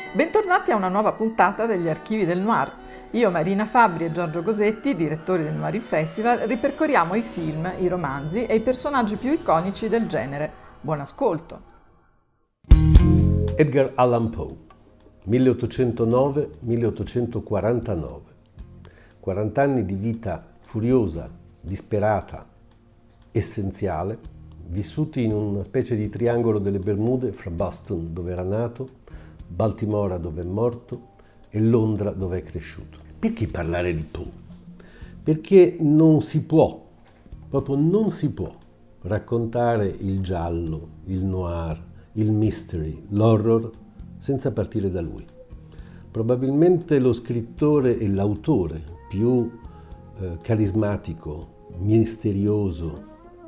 Bentornati a una nuova puntata degli Archivi del Noir. Io, Marina Fabbri e Giorgio Gosetti, direttori del Noir Festival, ripercorriamo i film, i romanzi e i personaggi più iconici del genere. Buon ascolto! Edgar Allan Poe, 1809-1849. 40 anni di vita furiosa, disperata, essenziale, vissuti in una specie di triangolo delle Bermude fra Boston, dove era nato, Baltimora, dove è morto, e Londra, dove è cresciuto. Perché parlare di Poe? Perché non si può, proprio non si può, raccontare il giallo, il noir, il mystery, l'horror, senza partire da lui. Probabilmente lo scrittore e l'autore più carismatico, misterioso,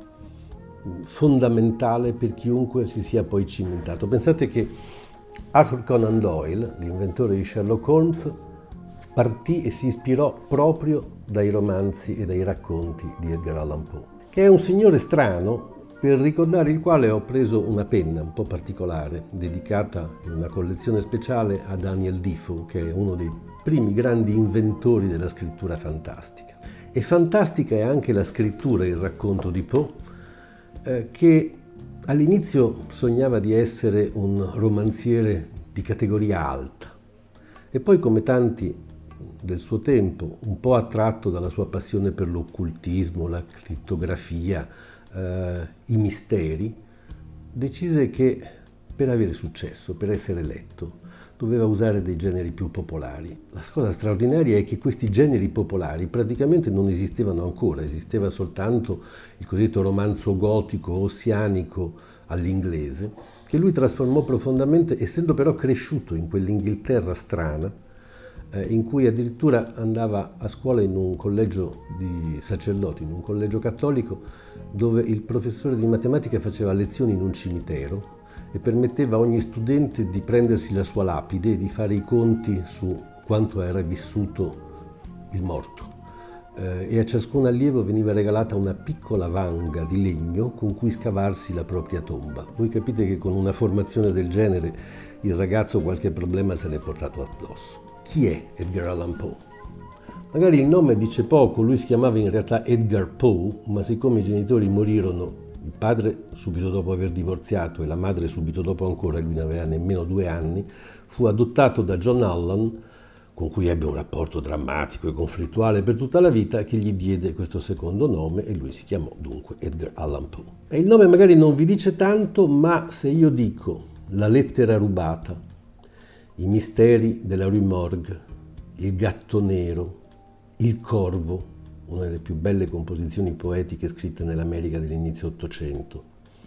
fondamentale per chiunque si sia poi cimentato. Pensate che Arthur Conan Doyle, l'inventore di Sherlock Holmes, partì e si ispirò proprio dai romanzi e dai racconti di Edgar Allan Poe, che è un signore strano per ricordare il quale ho preso una penna un po' particolare, dedicata in una collezione speciale a Daniel Defoe, che è uno dei primi grandi inventori della scrittura fantastica. E fantastica è anche la scrittura e il racconto di Poe, che all'inizio sognava di essere un romanziere di categoria alta e poi, come tanti del suo tempo, un po' attratto dalla sua passione per l'occultismo, la crittografia, i misteri, decise che per avere successo, per essere letto, doveva usare dei generi più popolari. La cosa straordinaria è che questi generi popolari praticamente non esistevano ancora, esisteva soltanto il cosiddetto romanzo gotico ossianico all'inglese, che lui trasformò profondamente, essendo però cresciuto in quell'Inghilterra strana, in cui addirittura andava a scuola in un collegio di sacerdoti, in un collegio cattolico, dove il professore di matematica faceva lezioni in un cimitero e permetteva a ogni studente di prendersi la sua lapide e di fare i conti su quanto era vissuto il morto. E a ciascun allievo veniva regalata una piccola vanga di legno con cui scavarsi la propria tomba. Voi capite che con una formazione del genere il ragazzo qualche problema se l'è portato addosso. Chi è Edgar Allan Poe? Magari il nome dice poco, lui si chiamava in realtà Edgar Poe, ma siccome i genitori morirono, il padre subito dopo aver divorziato e la madre subito dopo ancora, lui ne aveva nemmeno 2 anni, fu adottato da John Allan, con cui ebbe un rapporto drammatico e conflittuale per tutta la vita, che gli diede questo secondo nome e lui si chiamò dunque Edgar Allan Poe. E il nome magari non vi dice tanto, ma se io dico La lettera rubata, I misteri della Rue Morgue, Il gatto nero, Il corvo, una delle più belle composizioni poetiche scritte nell'America dell'inizio Ottocento,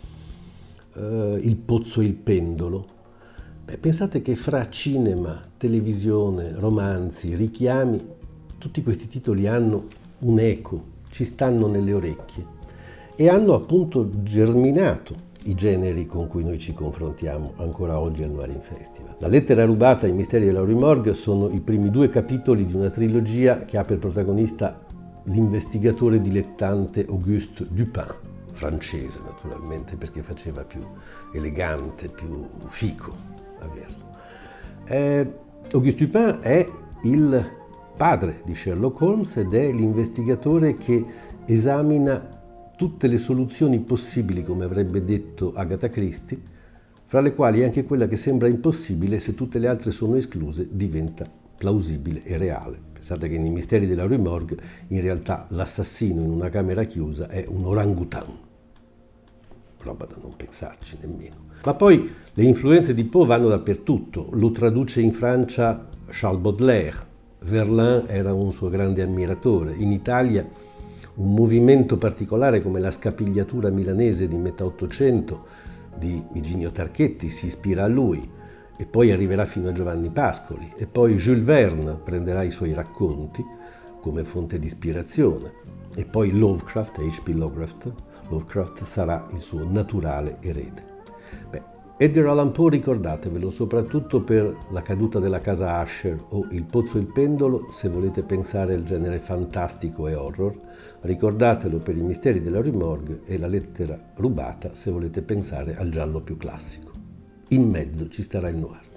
Il pozzo e il pendolo. Pensate che fra cinema, televisione, romanzi, richiami, tutti questi titoli hanno un eco, ci stanno nelle orecchie e hanno appunto germinato i generi con cui noi ci confrontiamo ancora oggi al Noir Festival. La lettera rubata e I misteri della Rue Morgue sono i primi 2 capitoli di una trilogia che ha per protagonista l'investigatore dilettante Auguste Dupin, francese naturalmente perché faceva più elegante, più fico averlo. Auguste Dupin è il padre di Sherlock Holmes ed è l'investigatore che esamina tutte le soluzioni possibili, come avrebbe detto Agatha Christie, fra le quali anche quella che sembra impossibile, se tutte le altre sono escluse, diventa plausibile e reale. Pensate che nei misteri della Rue Morgue in realtà l'assassino in una camera chiusa è un orangutan. Roba da non pensarci nemmeno. Ma poi le influenze di Poe vanno dappertutto. Lo traduce in Francia Charles Baudelaire. Verlaine era un suo grande ammiratore. In Italia un movimento particolare come la scapigliatura milanese di metà Ottocento di Iginio Tarchetti si ispira a lui e poi arriverà fino a Giovanni Pascoli e poi Jules Verne prenderà i suoi racconti come fonte di ispirazione e poi Lovecraft, H.P. Lovecraft sarà il suo naturale erede. Edgar Allan Poe ricordatevelo soprattutto per La caduta della casa Usher o Il pozzo e il pendolo se volete pensare al genere fantastico e horror, ricordatelo per I misteri della Rue Morgue e La lettera rubata se volete pensare al giallo più classico. In mezzo ci starà il noir.